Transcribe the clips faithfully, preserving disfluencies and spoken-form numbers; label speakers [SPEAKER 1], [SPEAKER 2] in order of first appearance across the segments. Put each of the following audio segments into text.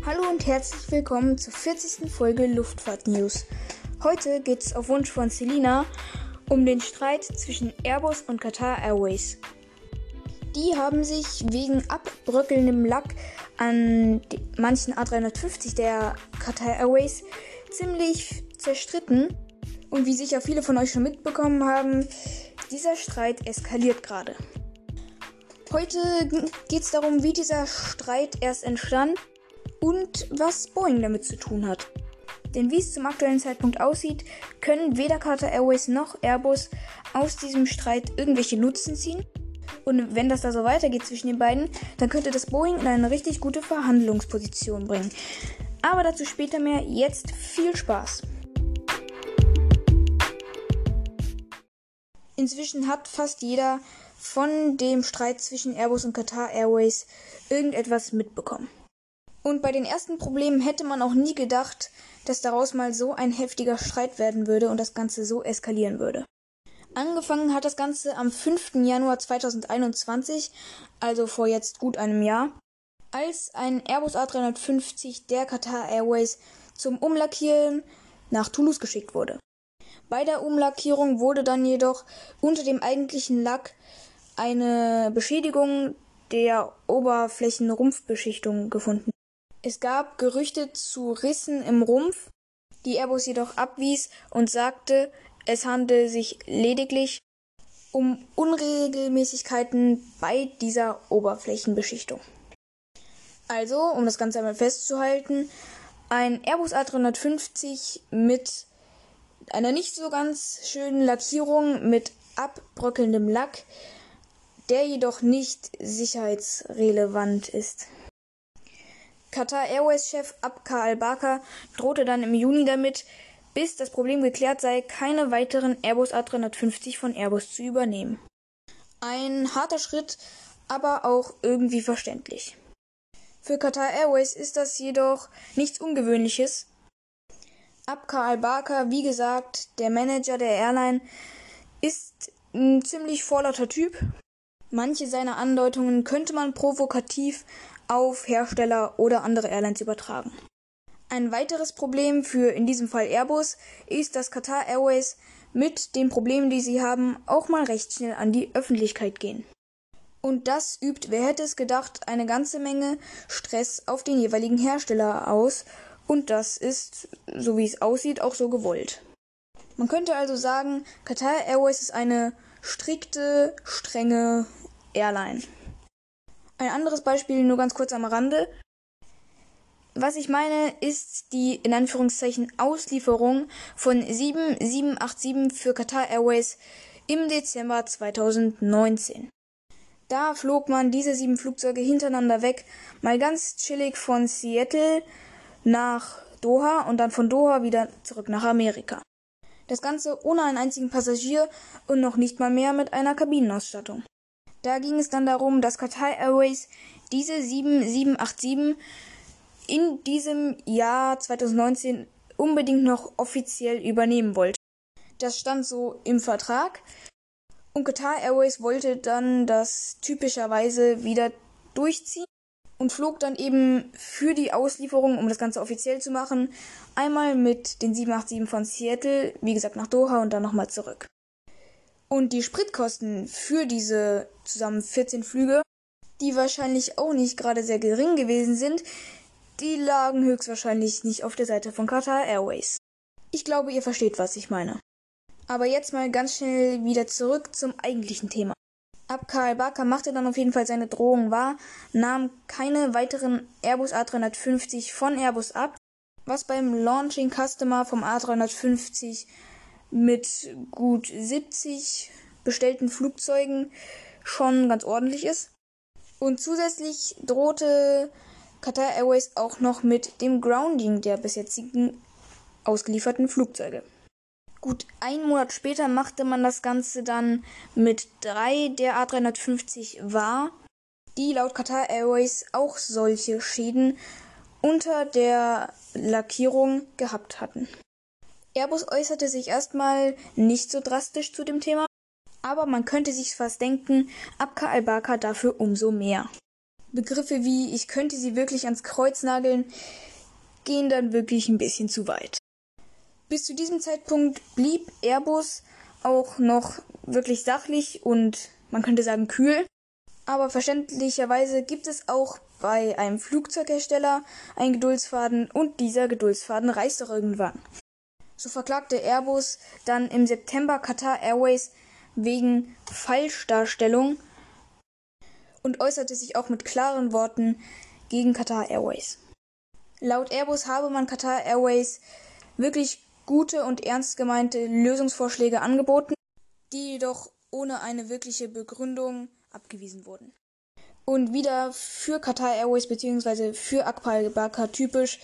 [SPEAKER 1] Hallo und herzlich willkommen zur vierzigsten Folge Luftfahrt News. Heute geht es auf Wunsch von Selina um den Streit zwischen Airbus und Qatar Airways. Die haben sich wegen abbröckelndem Lack an manchen A dreihundertfünfzig der Qatar Airways ziemlich zerstritten. Und wie sicher viele von euch schon mitbekommen haben, dieser Streit eskaliert gerade. Heute geht es darum, wie dieser Streit erst entstand und was Boeing damit zu tun hat. Denn wie es zum aktuellen Zeitpunkt aussieht, können weder Qatar Airways noch Airbus aus diesem Streit irgendwelche Nutzen ziehen. Und wenn das da so weitergeht zwischen den beiden, dann könnte das Boeing in eine richtig gute Verhandlungsposition bringen. Aber dazu später mehr. Jetzt viel Spaß! Inzwischen hat fast jeder von dem Streit zwischen Airbus und Qatar Airways irgendetwas mitbekommen. Und bei den ersten Problemen hätte man auch nie gedacht, dass daraus mal so ein heftiger Streit werden würde und das Ganze so eskalieren würde. Angefangen hat das Ganze am fünften Januar zweitausendeinundzwanzig, also vor jetzt gut einem Jahr, als ein Airbus A dreihundertfünfzig der Qatar Airways zum Umlackieren nach Toulouse geschickt wurde. Bei der Umlackierung wurde dann jedoch unter dem eigentlichen Lack eine Beschädigung der Oberflächenrumpfbeschichtung gefunden. Es gab Gerüchte zu Rissen im Rumpf, die Airbus jedoch abwies und sagte, es handele sich lediglich um Unregelmäßigkeiten bei dieser Oberflächenbeschichtung. Also, um das Ganze einmal festzuhalten, ein Airbus A dreihundertfünfzig mit einer nicht so ganz schönen Lackierung mit abbröckelndem Lack, der jedoch nicht sicherheitsrelevant ist. Qatar Airways-Chef Abqa Al-Barka drohte dann im Juni damit, bis das Problem geklärt sei, keine weiteren Airbus A dreihundertfünfzig von Airbus zu übernehmen. Ein harter Schritt, aber auch irgendwie verständlich. Für Qatar Airways ist das jedoch nichts Ungewöhnliches. Abqa Al-Barka, wie gesagt, der Manager der Airline, ist ein ziemlich vorlauter Typ. Manche seiner Andeutungen könnte man provokativ auf Hersteller oder andere Airlines übertragen. Ein weiteres Problem für in diesem Fall Airbus ist, dass Qatar Airways mit den Problemen, die sie haben, auch mal recht schnell an die Öffentlichkeit gehen. Und das übt, wer hätte es gedacht, eine ganze Menge Stress auf den jeweiligen Hersteller aus. Und das ist, so wie es aussieht, auch so gewollt. Man könnte also sagen, Qatar Airways ist eine strikte, strenge Airline. Ein anderes Beispiel nur ganz kurz am Rande. Was ich meine, ist die in Anführungszeichen Auslieferung von sieben sieben acht sieben für Qatar Airways im Dezember zweitausendneunzehn. Da flog man diese sieben Flugzeuge hintereinander weg, mal ganz chillig von Seattle nach Doha und dann von Doha wieder zurück nach Amerika. Das Ganze ohne einen einzigen Passagier und noch nicht mal mehr mit einer Kabinenausstattung. Da ging es dann darum, dass Qatar Airways diese sieben sieben acht sieben in diesem Jahr zweitausendneunzehn unbedingt noch offiziell übernehmen wollte. Das stand so im Vertrag und Qatar Airways wollte dann das typischerweise wieder durchziehen und flog dann eben für die Auslieferung, um das Ganze offiziell zu machen, einmal mit den sieben acht sieben von Seattle, wie gesagt nach Doha und dann nochmal zurück. Und die Spritkosten für diese zusammen vierzehn Flüge, die wahrscheinlich auch nicht gerade sehr gering gewesen sind, die lagen höchstwahrscheinlich nicht auf der Seite von Qatar Airways. Ich glaube, ihr versteht, was ich meine. Aber jetzt mal ganz schnell wieder zurück zum eigentlichen Thema. Abqa Al-Barka machte dann auf jeden Fall seine Drohung wahr, nahm keine weiteren Airbus A dreihundertfünfzig von Airbus ab, was beim Launching Customer vom A dreihundertfünfzig mit gut siebzig bestellten Flugzeugen schon ganz ordentlich ist. Und zusätzlich drohte Qatar Airways auch noch mit dem Grounding der bis jetzigen ausgelieferten Flugzeuge. Gut, einen Monat später machte man das Ganze dann mit drei der A dreihundertfünfzig wahr, die laut Qatar Airways auch solche Schäden unter der Lackierung gehabt hatten. Airbus äußerte sich erstmal nicht so drastisch zu dem Thema, aber man könnte sich fast denken, Abqa Al-Barka dafür umso mehr. Begriffe wie ich könnte sie wirklich ans Kreuz nageln, gehen dann wirklich ein bisschen zu weit. Bis zu diesem Zeitpunkt blieb Airbus auch noch wirklich sachlich und man könnte sagen kühl. Aber verständlicherweise gibt es auch bei einem Flugzeughersteller einen Geduldsfaden und dieser Geduldsfaden reißt doch irgendwann. So verklagte Airbus dann im September Qatar Airways wegen Falschdarstellung und äußerte sich auch mit klaren Worten gegen Qatar Airways. Laut Airbus habe man Qatar Airways wirklich gute und ernst gemeinte Lösungsvorschläge angeboten, die jedoch ohne eine wirkliche Begründung abgewiesen wurden. Und wieder für Qatar Airways bzw. für Akbal Bakr typisch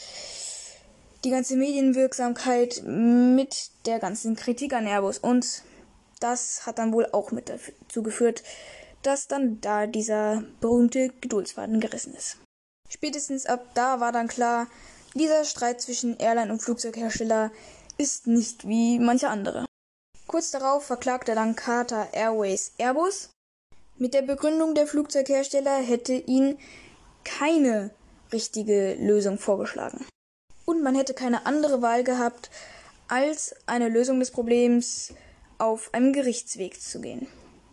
[SPEAKER 1] die ganze Medienwirksamkeit mit der ganzen Kritik an Airbus. Und das hat dann wohl auch mit dazu geführt, dass dann da dieser berühmte Geduldsfaden gerissen ist. Spätestens ab da war dann klar, dieser Streit zwischen Airline und Flugzeughersteller ist nicht wie manche andere. Kurz darauf verklagte dann Qatar Airways Airbus. Mit der Begründung, der Flugzeughersteller hätte ihnen keine richtige Lösung vorgeschlagen. Und man hätte keine andere Wahl gehabt, als eine Lösung des Problems auf einem Gerichtsweg zu gehen.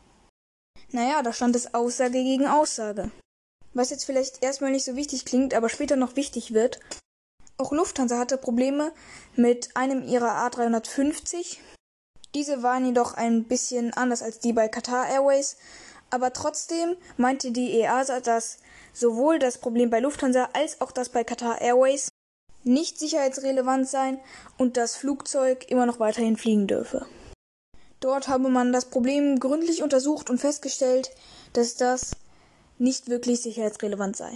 [SPEAKER 1] Naja, da stand es Aussage gegen Aussage. Was jetzt vielleicht erstmal nicht so wichtig klingt, aber später noch wichtig wird. Auch Lufthansa hatte Probleme mit einem ihrer A dreihundertfünfzig. Diese waren jedoch ein bisschen anders als die bei Qatar Airways. Aber trotzdem meinte die E A S A, dass sowohl das Problem bei Lufthansa als auch das bei Qatar Airways nicht sicherheitsrelevant sein und das Flugzeug immer noch weiterhin fliegen dürfe. Dort habe man das Problem gründlich untersucht und festgestellt, dass das nicht wirklich sicherheitsrelevant sei.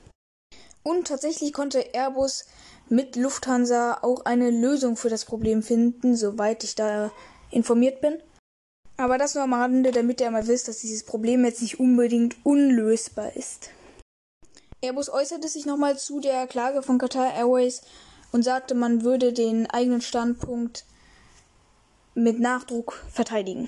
[SPEAKER 1] Und tatsächlich konnte Airbus mit Lufthansa auch eine Lösung für das Problem finden, soweit ich da informiert bin. Aber das nur am Rande, damit ihr mal wisst, dass dieses Problem jetzt nicht unbedingt unlösbar ist. Airbus äußerte sich nochmal zu der Klage von Qatar Airways und sagte, man würde den eigenen Standpunkt mit Nachdruck verteidigen.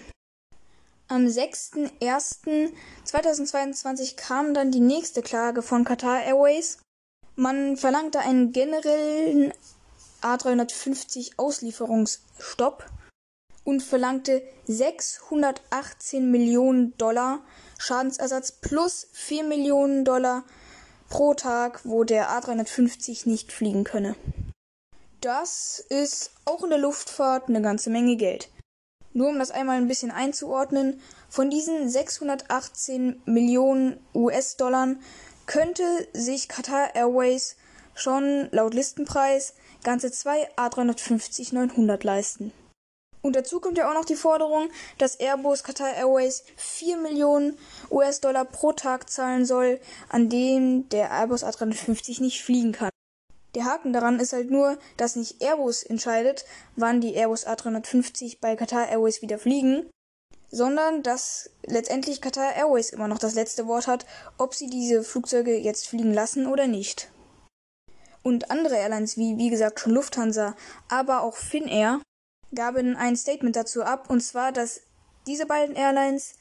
[SPEAKER 1] Am sechster erster zweitausendzweiundzwanzig kam dann die nächste Klage von Qatar Airways. Man verlangte einen generellen A dreihundertfünfzig Auslieferungsstopp und verlangte sechshundertachtzehn Millionen Dollar Schadensersatz plus vier Millionen Dollar pro Tag, wo der A dreihundertfünfzig nicht fliegen könne. Das ist auch in der Luftfahrt eine ganze Menge Geld. Nur um das einmal ein bisschen einzuordnen, von diesen sechshundertachtzehn Millionen U S-Dollar könnte sich Qatar Airways schon laut Listenpreis ganze zwei A dreihundertfünfzig neunhundert leisten. Und dazu kommt ja auch noch die Forderung, dass Airbus Qatar Airways vier Millionen U S-Dollar pro Tag zahlen soll, an dem der Airbus A dreihundertfünfzig nicht fliegen kann. Der Haken daran ist halt nur, dass nicht Airbus entscheidet, wann die Airbus A dreihundertfünfzig bei Qatar Airways wieder fliegen, sondern dass letztendlich Qatar Airways immer noch das letzte Wort hat, ob sie diese Flugzeuge jetzt fliegen lassen oder nicht. Und andere Airlines, wie wie gesagt schon Lufthansa, aber auch Finnair, gaben ein Statement dazu ab, und zwar, dass diese beiden Airlines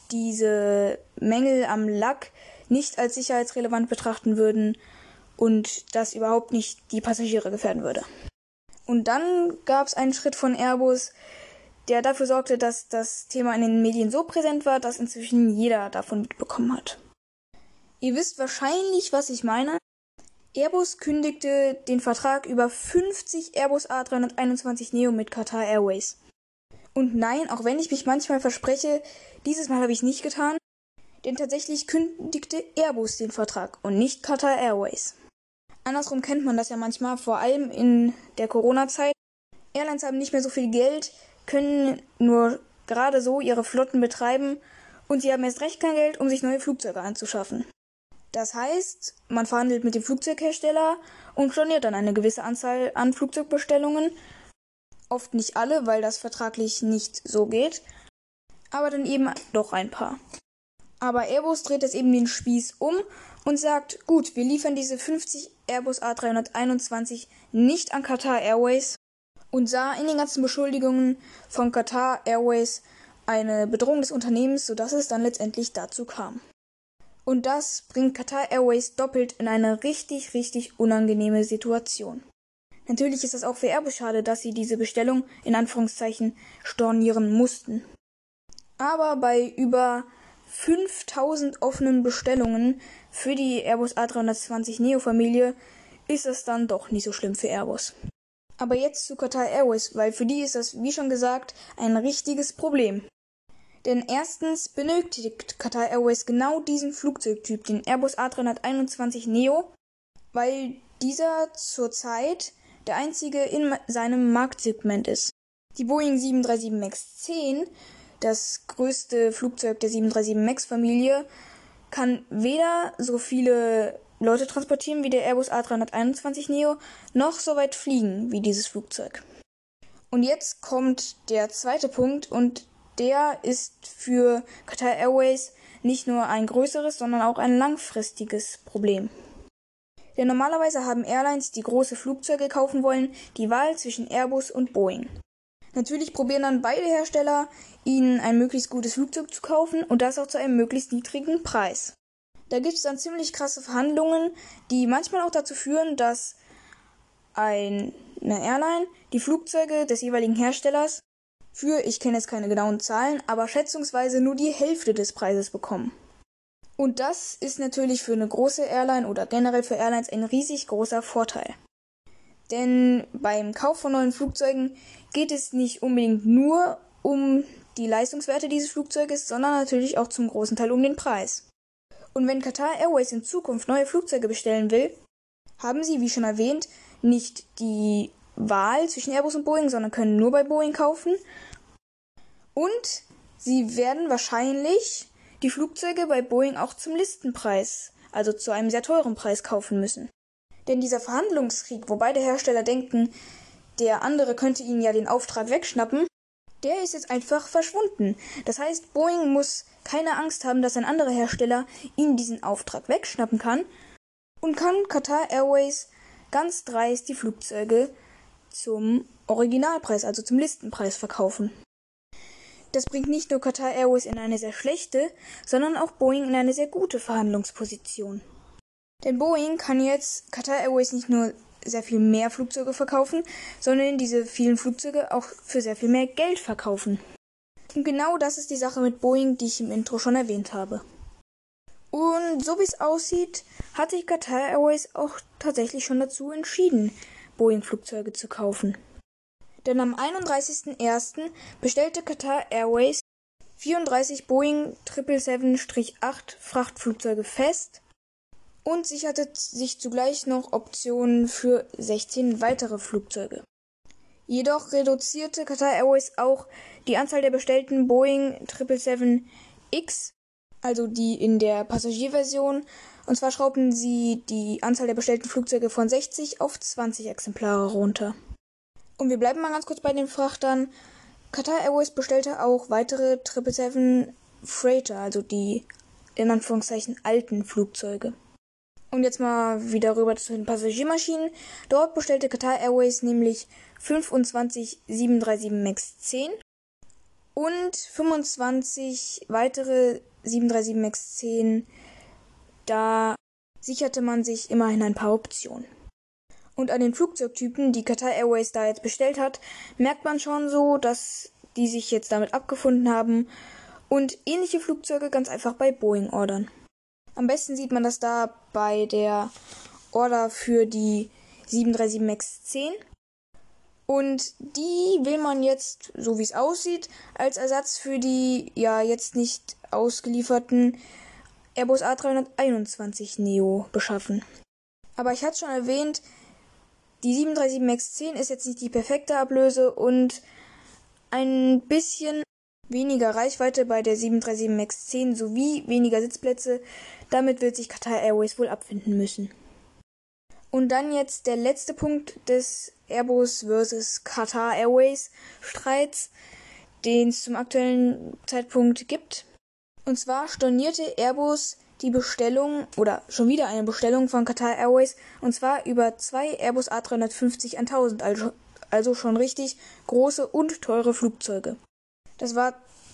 [SPEAKER 1] diese Mängel am Lack nicht als sicherheitsrelevant betrachten würden und das überhaupt nicht die Passagiere gefährden würde. Und dann gab es einen Schritt von Airbus, der dafür sorgte, dass das Thema in den Medien so präsent war, dass inzwischen jeder davon mitbekommen hat. Ihr wisst wahrscheinlich, was ich meine. Airbus kündigte den Vertrag über fünfzig Airbus A dreihunderteinundzwanzig Neo mit Qatar Airways. Und nein, auch wenn ich mich manchmal verspreche, dieses Mal habe ich nicht getan, denn tatsächlich kündigte Airbus den Vertrag und nicht Qatar Airways. Andersrum kennt man das ja manchmal, vor allem in der Corona-Zeit. Airlines haben nicht mehr so viel Geld, können nur gerade so ihre Flotten betreiben und sie haben erst recht kein Geld, um sich neue Flugzeuge anzuschaffen. Das heißt, man verhandelt mit dem Flugzeughersteller und storniert dann eine gewisse Anzahl an Flugzeugbestellungen. Oft nicht alle, weil das vertraglich nicht so geht, aber dann eben doch ein paar. Aber Airbus dreht jetzt eben den Spieß um und sagt, gut, wir liefern diese fünfzig Airbus A dreihunderteinundzwanzig nicht an Qatar Airways und sah in den ganzen Beschuldigungen von Qatar Airways eine Bedrohung des Unternehmens, sodass es dann letztendlich dazu kam. Und das bringt Qatar Airways doppelt in eine richtig, richtig unangenehme Situation. Natürlich ist es auch für Airbus schade, dass sie diese Bestellung in Anführungszeichen stornieren mussten. Aber bei über fünftausend offenen Bestellungen für die Airbus A dreihundertzwanzig Neo Familie ist es dann doch nicht so schlimm für Airbus. Aber jetzt zu Qatar Airways, weil für die ist das, wie schon gesagt, ein richtiges Problem. Denn erstens benötigt Qatar Airways genau diesen Flugzeugtyp, den Airbus A dreihunderteinundzwanzig Neo, weil dieser zurzeit der einzige in seinem Marktsegment ist. Die Boeing sieben drei sieben Max zehn, das größte Flugzeug der sieben drei sieben Max Familie, kann weder so viele Leute transportieren wie der Airbus A dreihunderteinundzwanzig Neo, noch so weit fliegen wie dieses Flugzeug. Und jetzt kommt der zweite Punkt und der ist für Qatar Airways nicht nur ein größeres, sondern auch ein langfristiges Problem. Denn normalerweise haben Airlines, die große Flugzeuge kaufen wollen, die Wahl zwischen Airbus und Boeing. Natürlich probieren dann beide Hersteller, ihnen ein möglichst gutes Flugzeug zu kaufen und das auch zu einem möglichst niedrigen Preis. Da gibt es dann ziemlich krasse Verhandlungen, die manchmal auch dazu führen, dass eine Airline die Flugzeuge des jeweiligen Herstellers für, ich kenne jetzt keine genauen Zahlen, aber schätzungsweise nur die Hälfte des Preises bekommen. Und das ist natürlich für eine große Airline oder generell für Airlines ein riesig großer Vorteil. Denn beim Kauf von neuen Flugzeugen geht es nicht unbedingt nur um die Leistungswerte dieses Flugzeuges, sondern natürlich auch zum großen Teil um den Preis. Und wenn Qatar Airways in Zukunft neue Flugzeuge bestellen will, haben sie, wie schon erwähnt, nicht die Wahl zwischen Airbus und Boeing, sondern können nur bei Boeing kaufen. Und sie werden wahrscheinlich die Flugzeuge bei Boeing auch zum Listenpreis, also zu einem sehr teuren Preis kaufen müssen. Denn dieser Verhandlungskrieg, wo beide Hersteller denken, der andere könnte ihnen ja den Auftrag wegschnappen, der ist jetzt einfach verschwunden. Das heißt, Boeing muss keine Angst haben, dass ein anderer Hersteller ihnen diesen Auftrag wegschnappen kann und kann Qatar Airways ganz dreist die Flugzeuge zum Originalpreis, also zum Listenpreis verkaufen. Das bringt nicht nur Qatar Airways in eine sehr schlechte, sondern auch Boeing in eine sehr gute Verhandlungsposition. Denn Boeing kann jetzt Qatar Airways nicht nur sehr viel mehr Flugzeuge verkaufen, sondern diese vielen Flugzeuge auch für sehr viel mehr Geld verkaufen. Und genau das ist die Sache mit Boeing, die ich im Intro schon erwähnt habe. Und so wie es aussieht, hat sich Qatar Airways auch tatsächlich schon dazu entschieden, Boeing-Flugzeuge zu kaufen. Denn am einunddreißigsten ersten bestellte Qatar Airways vierunddreißig Boeing sieben sieben sieben acht Frachtflugzeuge fest und sicherte sich zugleich noch Optionen für sechzehn weitere Flugzeuge. Jedoch reduzierte Qatar Airways auch die Anzahl der bestellten Boeing sieben sieben X, also die in der Passagierversion, und zwar schraubten sie die Anzahl der bestellten Flugzeuge von sechzig auf zwanzig Exemplare runter. Und wir bleiben mal ganz kurz bei den Frachtern. Qatar Airways bestellte auch weitere sieben sieben Freighter, also die in Anführungszeichen alten Flugzeuge. Und jetzt mal wieder rüber zu den Passagiermaschinen. Dort bestellte Qatar Airways nämlich fünfundzwanzig sieben drei sieben Max zehn und fünfundzwanzig weitere sieben drei sieben Max zehn. Da sicherte man sich immerhin ein paar Optionen. Und an den Flugzeugtypen, die Qatar Airways da jetzt bestellt hat, merkt man schon so, dass die sich jetzt damit abgefunden haben und ähnliche Flugzeuge ganz einfach bei Boeing ordern. Am besten sieht man das da bei der Order für die sieben drei sieben Max zehn. Und die will man jetzt, so wie es aussieht, als Ersatz für die ja jetzt nicht ausgelieferten Airbus A dreihunderteinundzwanzig Neo beschaffen. Aber ich hatte schon erwähnt, die sieben drei sieben Max zehn ist jetzt nicht die perfekte Ablöse und ein bisschen weniger Reichweite bei der sieben drei sieben Max zehn sowie weniger Sitzplätze. Damit wird sich Qatar Airways wohl abfinden müssen. Und dann jetzt der letzte Punkt des Airbus versus Qatar Airways Streits, den es zum aktuellen Zeitpunkt gibt. Und zwar stornierte Airbus die Bestellung oder schon wieder eine Bestellung von Qatar Airways und zwar über zwei Airbus A dreihundertfünfzig tausend, also, also schon richtig große und teure Flugzeuge. Das war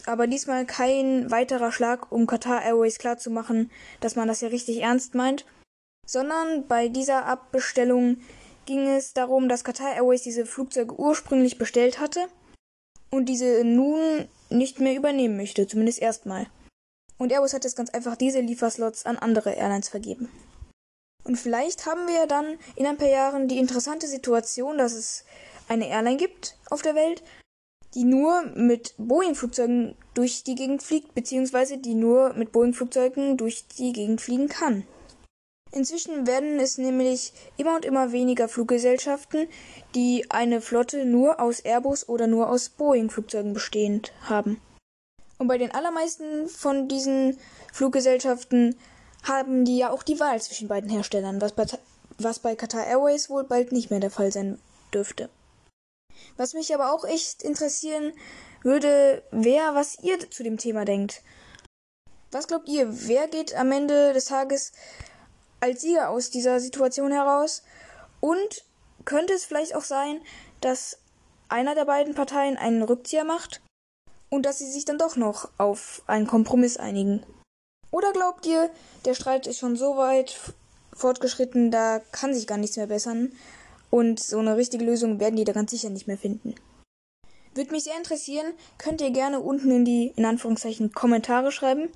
[SPEAKER 1] aber diesmal kein weiterer Schlag, um Qatar Airways klarzumachen, dass man das ja richtig ernst meint, sondern bei dieser Abbestellung ging es darum, dass Qatar Airways diese Flugzeuge ursprünglich bestellt hatte und diese nun nicht mehr übernehmen möchte, zumindest erstmal. Und Airbus hat jetzt ganz einfach diese Lieferslots an andere Airlines vergeben. Und vielleicht haben wir ja dann in ein paar Jahren die interessante Situation, dass es eine Airline gibt auf der Welt, die nur mit Boeing-Flugzeugen durch die Gegend fliegt, beziehungsweise die nur mit Boeing-Flugzeugen durch die Gegend fliegen kann. Inzwischen werden es nämlich immer und immer weniger Fluggesellschaften, die eine Flotte nur aus Airbus oder nur aus Boeing-Flugzeugen bestehend haben. Und bei den allermeisten von diesen Fluggesellschaften haben die ja auch die Wahl zwischen beiden Herstellern, was bei, was bei Qatar Airways wohl bald nicht mehr der Fall sein dürfte. Was mich aber auch echt interessieren würde, wer, was ihr zu dem Thema denkt. Was glaubt ihr, wer geht am Ende des Tages als Sieger aus dieser Situation heraus? Und könnte es vielleicht auch sein, dass einer der beiden Parteien einen Rückzieher macht und dass sie sich dann doch noch auf einen Kompromiss einigen? Oder glaubt ihr, der Streit ist schon so weit fortgeschritten, da kann sich gar nichts mehr bessern und so eine richtige Lösung werden die da ganz sicher nicht mehr finden? Würde mich sehr interessieren, könnt ihr gerne unten in die, in Anführungszeichen, Kommentare schreiben.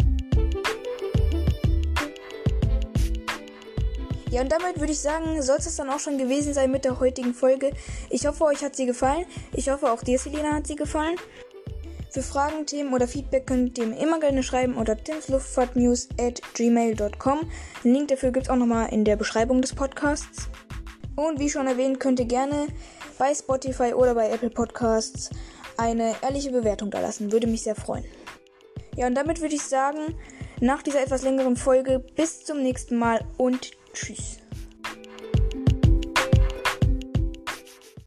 [SPEAKER 1] Ja, und damit würde ich sagen, soll es dann auch schon gewesen sein mit der heutigen Folge. Ich hoffe, euch hat sie gefallen. Ich hoffe, auch dir, Selina, hat sie gefallen. Für Fragen, Themen oder Feedback könnt ihr mir immer gerne schreiben unter timsluftfahrtnews at gmail dot com. Den Link dafür gibt es auch nochmal in der Beschreibung des Podcasts. Und wie schon erwähnt, könnt ihr gerne bei Spotify oder bei Apple Podcasts eine ehrliche Bewertung da lassen. Würde mich sehr freuen. Ja, und damit würde ich sagen, nach dieser etwas längeren Folge bis zum nächsten Mal und tschüss.